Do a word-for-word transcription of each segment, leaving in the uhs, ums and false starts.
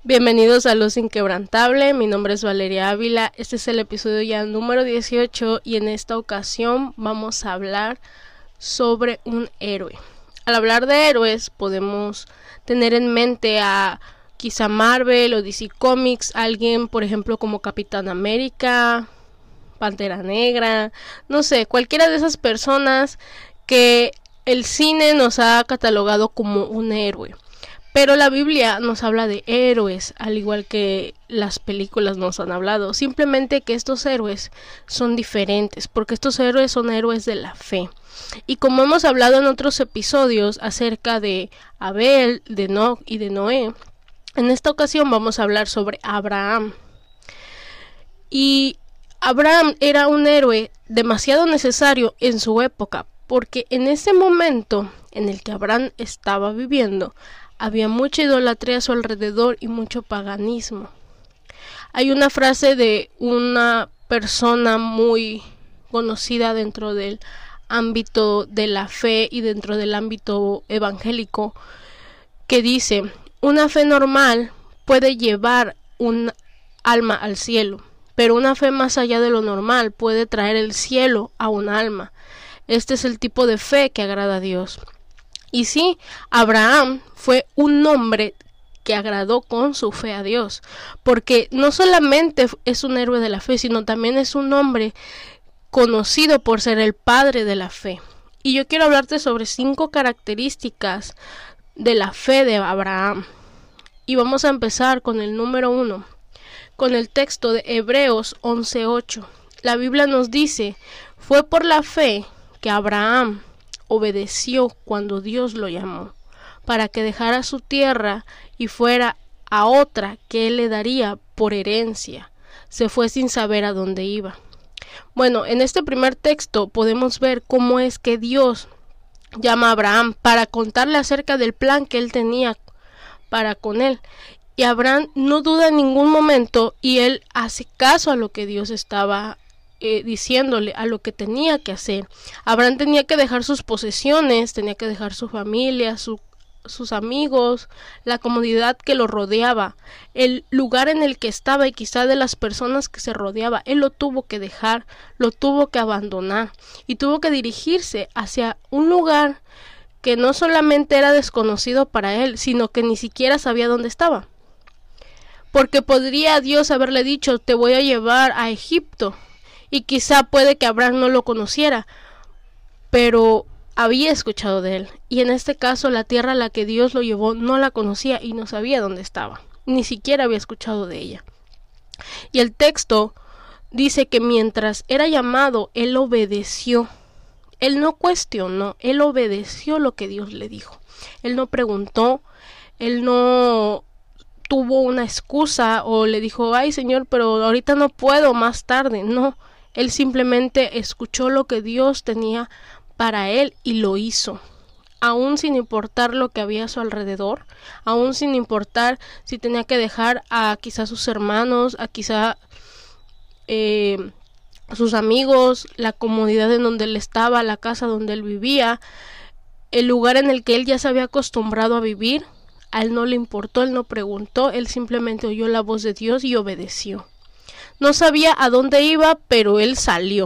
Bienvenidos a Luz Inquebrantable, mi nombre es Valeria Ávila, este es el episodio ya número dieciocho y en esta ocasión vamos a hablar sobre un héroe. Al hablar de héroes podemos tener en mente a quizá Marvel o D C Comics, alguien por ejemplo como Capitán América, Pantera Negra, no sé, cualquiera de esas personas que el cine nos ha catalogado como un héroe. Pero la Biblia nos habla de héroes, al igual que las películas nos han hablado. Simplemente que estos héroes son diferentes, porque estos héroes son héroes de la fe. Y como hemos hablado en otros episodios acerca de Abel, de Enoc y de Noé, en esta ocasión vamos a hablar sobre Abraham. Y Abraham era un héroe demasiado necesario en su época, porque en ese momento en el que Abraham estaba viviendo, había mucha idolatría a su alrededor y mucho paganismo. Hay una frase de una persona muy conocida dentro del ámbito de la fe y dentro del ámbito evangélico que dice: una fe normal puede llevar un alma al cielo, pero una fe más allá de lo normal puede traer el cielo a un alma. Este es el tipo de fe que agrada a Dios. Y sí, Abraham fue un hombre que agradó con su fe a Dios, porque no solamente es un héroe de la fe, sino también es un hombre conocido por ser el padre de la fe. Y yo quiero hablarte sobre cinco características de la fe de Abraham. Y vamos a empezar con el número uno, con el texto de Hebreos once ocho. La Biblia nos dice: fue por la fe que Abraham obedeció cuando Dios lo llamó, para que dejara su tierra y fuera a otra que él le daría por herencia. Se fue sin saber a dónde iba. Bueno, en este primer texto podemos ver cómo es que Dios llama a Abraham para contarle acerca del plan que él tenía para con él. Y Abraham no duda en ningún momento y él hace caso a lo que Dios estaba Eh, diciéndole, a lo que tenía que hacer. Abraham tenía que dejar sus posesiones, tenía que dejar su familia, su, sus amigos, la comodidad que lo rodeaba, el lugar en el que estaba y quizá de las personas que se rodeaba. Él lo tuvo que dejar, lo tuvo que abandonar y tuvo que dirigirse hacia un lugar que no solamente era desconocido para él, sino que ni siquiera sabía dónde estaba. Porque podría Dios haberle dicho: te voy a llevar a Egipto. Y quizá puede que Abraham no lo conociera, pero había escuchado de él. Y en este caso la tierra a la que Dios lo llevó no la conocía y no sabía dónde estaba. Ni siquiera había escuchado de ella. Y el texto dice que mientras era llamado, él obedeció. Él no cuestionó, él obedeció lo que Dios le dijo. Él no preguntó, él no tuvo una excusa o le dijo: ay Señor, pero ahorita no puedo, más tarde. No. Él simplemente escuchó lo que Dios tenía para él y lo hizo, aún sin importar lo que había a su alrededor, aún sin importar si tenía que dejar a quizá sus hermanos, a quizá eh, a sus amigos, la comodidad en donde él estaba, la casa donde él vivía, el lugar en el que él ya se había acostumbrado a vivir. A él no le importó, él no preguntó, él simplemente oyó la voz de Dios y obedeció. No sabía a dónde iba, pero él salió.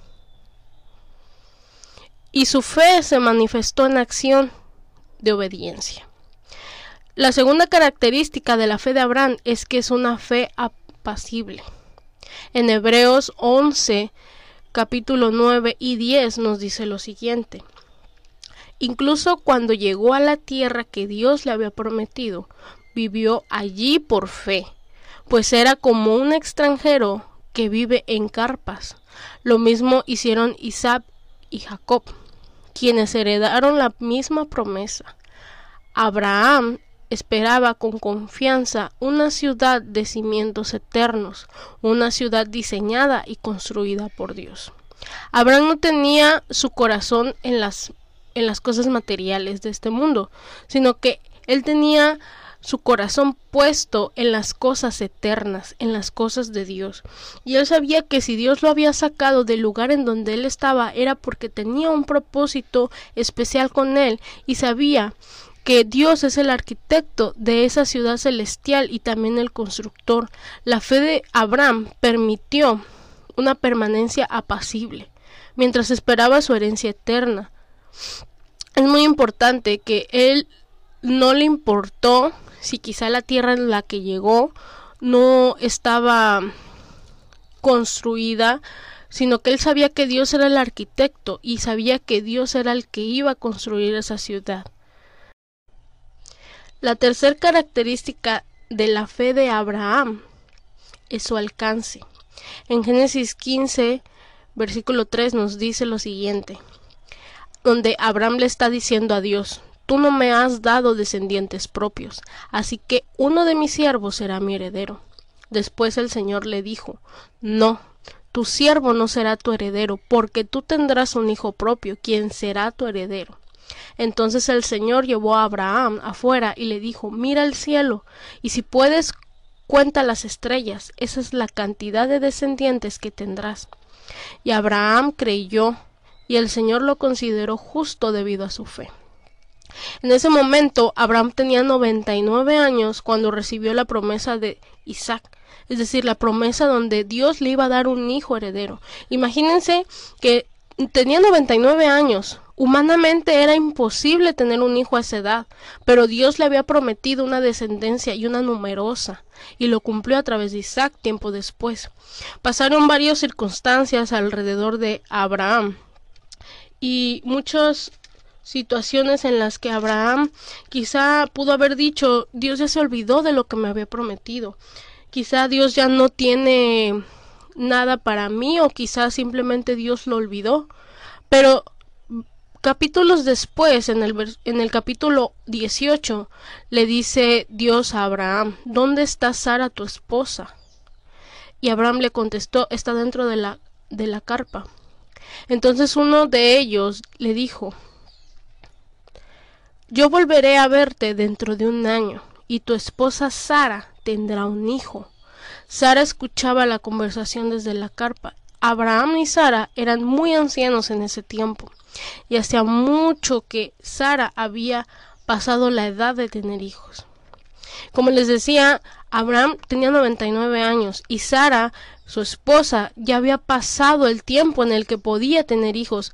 Y su fe se manifestó en acción de obediencia. La segunda característica de la fe de Abraham es que es una fe apacible. En Hebreos once, capítulo nueve y diez nos dice lo siguiente: incluso cuando llegó a la tierra que Dios le había prometido, vivió allí por fe, pues era como un extranjero que vive en carpas. Lo mismo hicieron Isaac y Jacob, quienes heredaron la misma promesa. Abraham esperaba con confianza una ciudad de cimientos eternos, una ciudad diseñada y construida por Dios. Abraham no tenía su corazón en las, en las cosas materiales de este mundo, sino que él tenía su corazón puesto en las cosas eternas, en las cosas de Dios. Y él sabía que si Dios lo había sacado del lugar en donde él estaba, era porque tenía un propósito especial con él, y sabía que Dios es el arquitecto de esa ciudad celestial y también el constructor. La fe de Abraham permitió una permanencia apacible mientras esperaba su herencia eterna. Es muy importante que él no le importó si quizá la tierra en la que llegó no estaba construida, sino que él sabía que Dios era el arquitecto y sabía que Dios era el que iba a construir esa ciudad. La tercera característica de la fe de Abraham es su alcance. En Génesis quince, versículo tres nos dice lo siguiente, donde Abraham le está diciendo a Dios: tú no me has dado descendientes propios, así que uno de mis siervos será mi heredero. Después el Señor le dijo: no, tu siervo no será tu heredero, porque tú tendrás un hijo propio, quien será tu heredero. Entonces el Señor llevó a Abraham afuera y le dijo: mira el cielo, y si puedes, cuenta las estrellas, esa es la cantidad de descendientes que tendrás. Y Abraham creyó, y el Señor lo consideró justo debido a su fe. En ese momento Abraham tenía noventa y nueve años cuando recibió la promesa de Isaac, es decir, la promesa donde Dios le iba a dar un hijo heredero. Imagínense que tenía noventa y nueve años, humanamente era imposible tener un hijo a esa edad, pero Dios le había prometido una descendencia y una numerosa, y lo cumplió a través de Isaac tiempo después. Pasaron varias circunstancias alrededor de Abraham y muchas situaciones en las que Abraham quizá pudo haber dicho: Dios ya se olvidó de lo que me había prometido, quizá Dios ya no tiene nada para mí, o quizá simplemente Dios lo olvidó. Pero capítulos después, en el, en el capítulo dieciocho, le dice Dios a Abraham: ¿dónde está Sara tu esposa? Y Abraham le contestó: está dentro de la, de la carpa. Entonces uno de ellos le dijo: yo volveré a verte dentro de un año, y tu esposa Sara tendrá un hijo. Sara escuchaba la conversación desde la carpa. Abraham y Sara eran muy ancianos en ese tiempo, y hacía mucho que Sara había pasado la edad de tener hijos. Como les decía, Abraham tenía noventa y nueve años, y Sara, su esposa, ya había pasado el tiempo en el que podía tener hijos.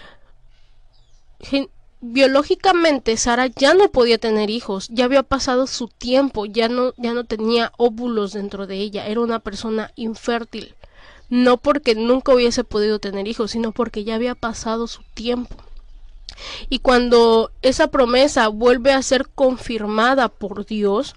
Gen Biológicamente Sara ya no podía tener hijos, ya había pasado su tiempo, ya no, ya no tenía óvulos dentro de ella, era una persona infértil, no porque nunca hubiese podido tener hijos, sino porque ya había pasado su tiempo. Y cuando esa promesa vuelve a ser confirmada por Dios,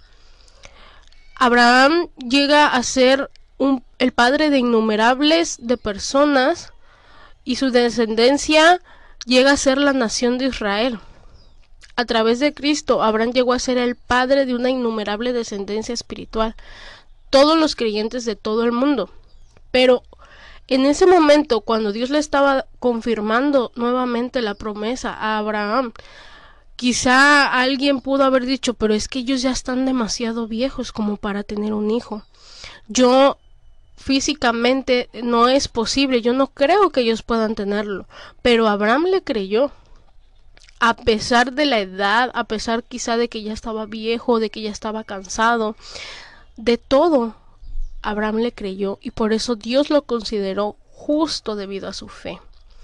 Abraham llega a ser un, el padre de innumerables de personas, y su descendencia llega a ser la nación de Israel. A través de Cristo, Abraham llegó a ser el padre de una innumerable descendencia espiritual, todos los creyentes de todo el mundo. Pero en ese momento, cuando Dios le estaba confirmando nuevamente la promesa a Abraham, quizá alguien pudo haber dicho: pero es que ellos ya están demasiado viejos como para tener un hijo. Yo físicamente no es posible, yo no creo que ellos puedan tenerlo. Pero Abraham le creyó, a pesar de la edad, a pesar quizá de que ya estaba viejo, de que ya estaba cansado, de todo, Abraham le creyó, y por eso Dios lo consideró justo debido a su fe.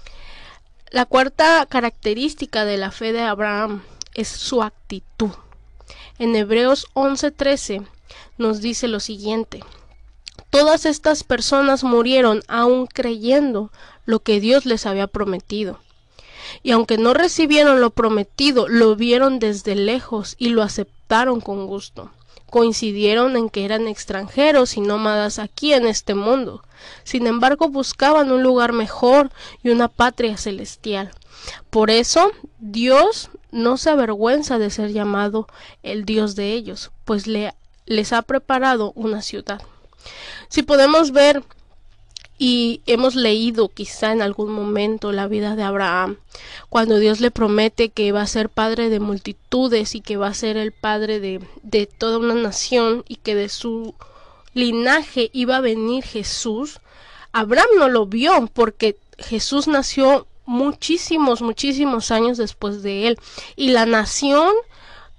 La cuarta característica de la fe de Abraham es su actitud. En Hebreos once trece nos dice lo siguiente: todas estas personas murieron aún creyendo lo que Dios les había prometido. Y aunque no recibieron lo prometido, lo vieron desde lejos y lo aceptaron con gusto. Coincidieron en que eran extranjeros y nómadas aquí en este mundo. Sin embargo, buscaban un lugar mejor y una patria celestial. Por eso, Dios no se avergüenza de ser llamado el Dios de ellos, pues le, les ha preparado una ciudad. Si podemos ver y hemos leído quizá en algún momento la vida de Abraham, cuando Dios le promete que va a ser padre de multitudes y que va a ser el padre de, de toda una nación, y que de su linaje iba a venir Jesús, Abraham no lo vio porque Jesús nació muchísimos, muchísimos años después de él, y la nación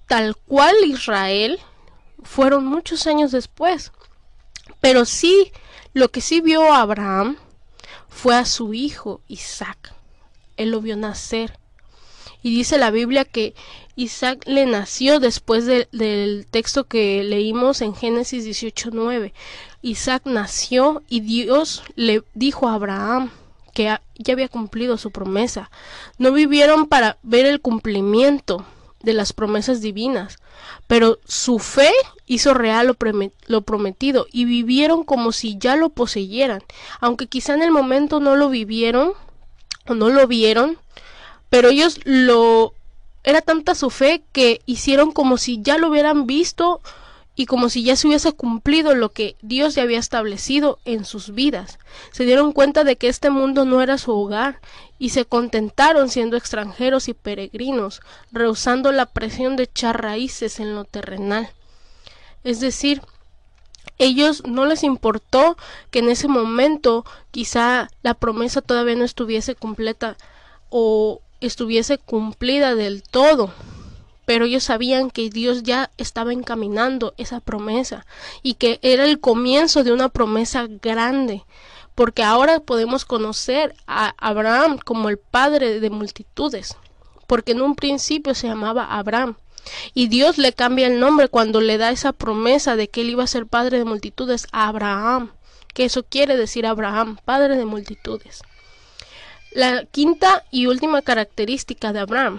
tal cual Israel fueron muchos años después. Pero sí, lo que sí vio Abraham fue a su hijo Isaac. Él lo vio nacer. Y dice la Biblia que Isaac le nació después de, del texto que leímos en Génesis dieciocho nueve. Isaac nació y Dios le dijo a Abraham que ya había cumplido su promesa. No vivieron para ver el cumplimiento de las promesas divinas, pero su fe hizo real lo, lo prometido y vivieron como si ya lo poseyeran, aunque quizá en el momento no lo vivieron o no lo vieron, pero ellos lo... era tanta su fe que hicieron como si ya lo hubieran visto y como si ya se hubiese cumplido lo que Dios ya había establecido en sus vidas. Se dieron cuenta de que este mundo no era su hogar y se contentaron siendo extranjeros y peregrinos, rehusando la presión de echar raíces en lo terrenal. Es decir, ellos no les importó que en ese momento quizá la promesa todavía no estuviese completa o estuviese cumplida del todo, pero ellos sabían que Dios ya estaba encaminando esa promesa y que era el comienzo de una promesa grande, porque ahora podemos conocer a Abraham como el padre de multitudes, porque en un principio se llamaba Abraham y Dios le cambia el nombre cuando le da esa promesa de que él iba a ser padre de multitudes a Abraham, que eso quiere decir Abraham, padre de multitudes. La quinta y última característica de Abraham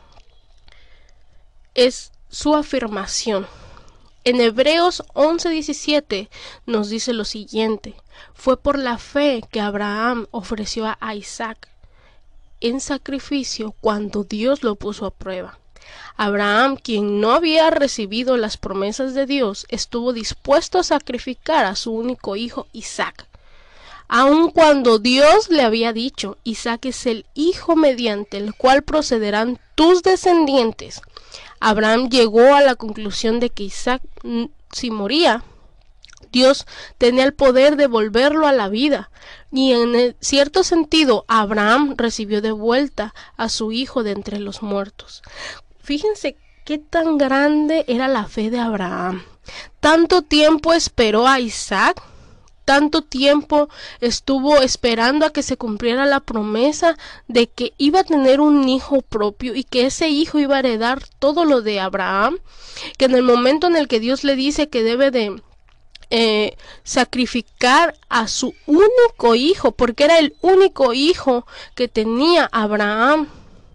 es su afirmación. En Hebreos once diecisiete nos dice lo siguiente: fue por la fe que Abraham ofreció a Isaac en sacrificio cuando Dios lo puso a prueba. Abraham, quien no había recibido las promesas de Dios, estuvo dispuesto a sacrificar a su único hijo Isaac, aun cuando Dios le había dicho: Isaac es el hijo mediante el cual procederán tus descendientes. Abraham llegó a la conclusión de que Isaac, si moría, Dios tenía el poder de volverlo a la vida, y en cierto sentido Abraham recibió de vuelta a su hijo de entre los muertos. Fíjense qué tan grande era la fe de Abraham. Tanto tiempo esperó a Isaac, tanto tiempo estuvo esperando a que se cumpliera la promesa de que iba a tener un hijo propio y que ese hijo iba a heredar todo lo de Abraham, que en el momento en el que Dios le dice que debe de eh, sacrificar a su único hijo, porque era el único hijo que tenía Abraham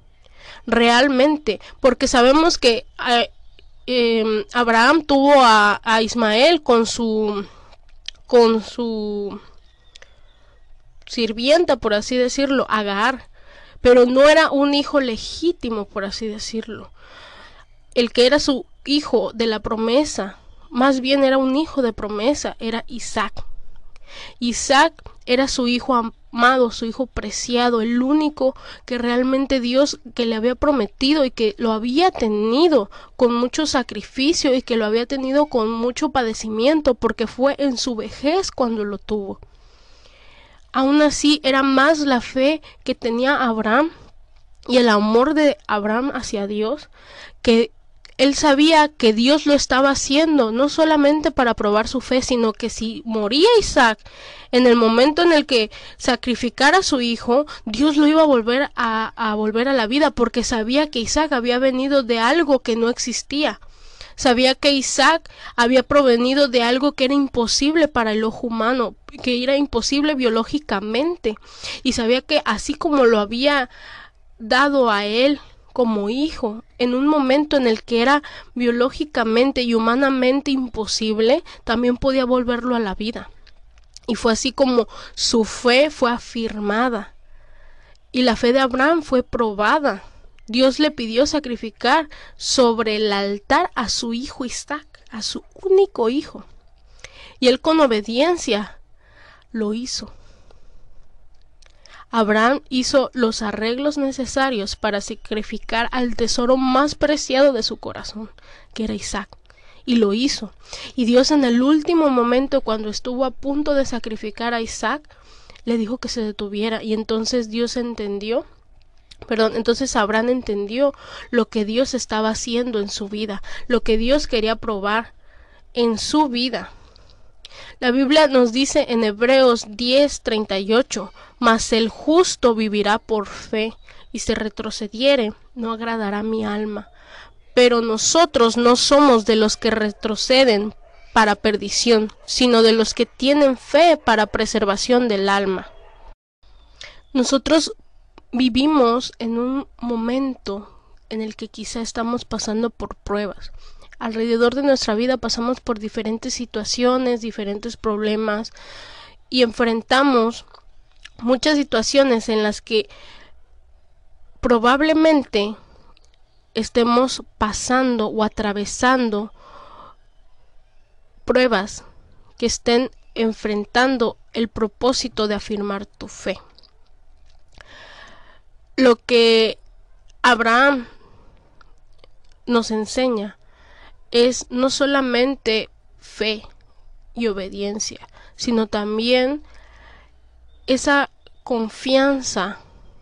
realmente, porque sabemos que eh, eh, Abraham tuvo a, a Ismael con su con su sirvienta, por así decirlo, Agar, pero no era un hijo legítimo, por así decirlo. El que era su hijo de la promesa, más bien era un hijo de promesa, era Isaac. Isaac era su hijo amado, su hijo preciado, el único que realmente Dios que le había prometido y que lo había tenido con mucho sacrificio y que lo había tenido con mucho padecimiento, porque fue en su vejez cuando lo tuvo. Aún así era más la fe que tenía Abraham y el amor de Abraham hacia Dios, que él sabía que Dios lo estaba haciendo no solamente para probar su fe, sino que si moría Isaac en el momento en el que sacrificara a su hijo, Dios lo iba a volver a, a volver a la vida, porque sabía que Isaac había venido de algo que no existía. Sabía que Isaac había provenido de algo que era imposible para el ojo humano, que era imposible biológicamente, y sabía que así como lo había dado a él como hijo, en un momento en el que era biológicamente y humanamente imposible, también podía volverlo a la vida. Y fue así como su fe fue afirmada y la fe de Abraham fue probada. Dios le pidió sacrificar sobre el altar a su hijo Isaac, a su único hijo, y él con obediencia lo hizo. Abraham hizo los arreglos necesarios para sacrificar al tesoro más preciado de su corazón, que era Isaac, y lo hizo. Y Dios en el último momento, cuando estuvo a punto de sacrificar a Isaac, le dijo que se detuviera, y entonces Dios entendió Perdón, entonces Abraham entendió lo que Dios estaba haciendo en su vida, lo que Dios quería probar en su vida. La Biblia nos dice en Hebreos diez treinta y ocho, mas el justo vivirá por fe, y si retrocediere, no agradará mi alma. Pero nosotros no somos de los que retroceden para perdición, sino de los que tienen fe para preservación del alma. Nosotros vivimos en un momento en el que quizá estamos pasando por pruebas. Alrededor de nuestra vida pasamos por diferentes situaciones, diferentes problemas y enfrentamos muchas situaciones en las que probablemente estemos pasando o atravesando pruebas que estén enfrentando el propósito de afirmar tu fe. Lo que Abraham nos enseña es no solamente fe y obediencia, sino también esa confianza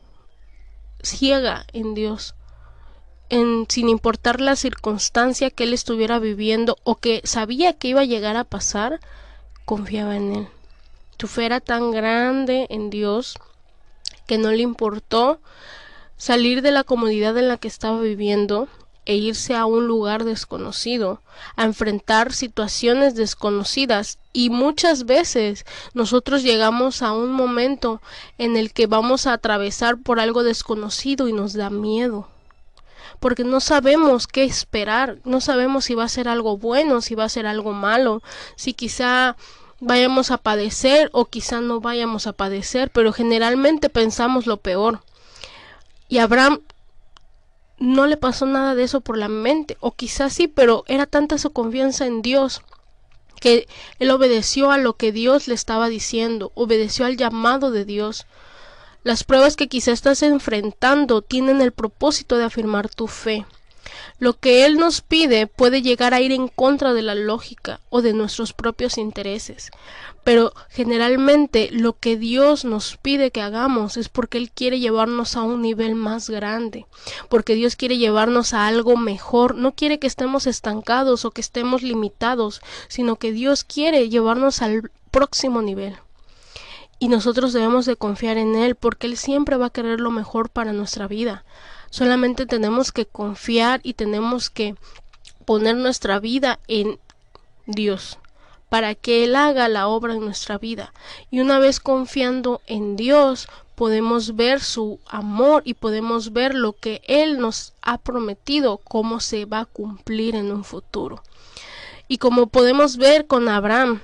ciega en Dios, en, sin importar la circunstancia que él estuviera viviendo o que sabía que iba a llegar a pasar, confiaba en él. Su fe era tan grande en Dios que no le importó salir de la comodidad en la que estaba viviendo e irse a un lugar desconocido, a enfrentar situaciones desconocidas. Y muchas veces nosotros llegamos a un momento en el que vamos a atravesar por algo desconocido y nos da miedo, porque no sabemos qué esperar, no sabemos si va a ser algo bueno, si va a ser algo malo, si quizá vayamos a padecer o quizá no vayamos a padecer, pero generalmente pensamos lo peor. Y Abraham no le pasó nada de eso por la mente, o quizás sí, pero era tanta su confianza en Dios que él obedeció a lo que Dios le estaba diciendo, obedeció al llamado de Dios. Las pruebas que quizás estás enfrentando tienen el propósito de afirmar tu fe. Lo que Él nos pide puede llegar a ir en contra de la lógica o de nuestros propios intereses, pero generalmente lo que Dios nos pide que hagamos es porque Él quiere llevarnos a un nivel más grande, porque Dios quiere llevarnos a algo mejor. No quiere que estemos estancados o que estemos limitados, sino que Dios quiere llevarnos al próximo nivel. Y nosotros debemos de confiar en Él, porque Él siempre va a querer lo mejor para nuestra vida. Solamente tenemos que confiar y tenemos que poner nuestra vida en Dios para que Él haga la obra en nuestra vida. Y una vez confiando en Dios, podemos ver su amor y podemos ver lo que Él nos ha prometido, cómo se va a cumplir en un futuro. Y como podemos ver con Abraham,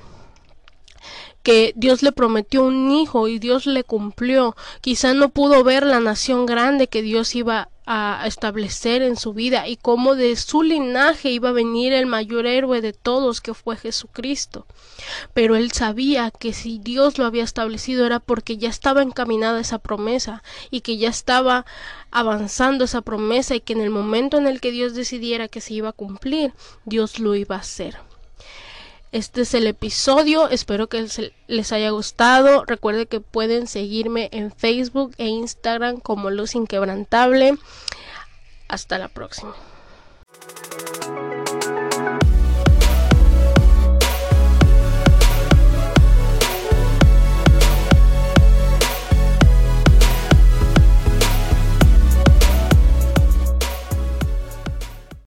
que Dios le prometió un hijo y Dios le cumplió. Quizá no pudo ver la nación grande que Dios iba a establecer en su vida y cómo de su linaje iba a venir el mayor héroe de todos, que fue Jesucristo. Pero él sabía que si Dios lo había establecido era porque ya estaba encaminada esa promesa y que ya estaba avanzando esa promesa y que en el momento en el que Dios decidiera que se iba a cumplir, Dios lo iba a hacer. Este es el episodio, espero que les haya gustado. Recuerden que pueden seguirme en Facebook e Instagram como Luz Inquebrantable. Hasta la próxima.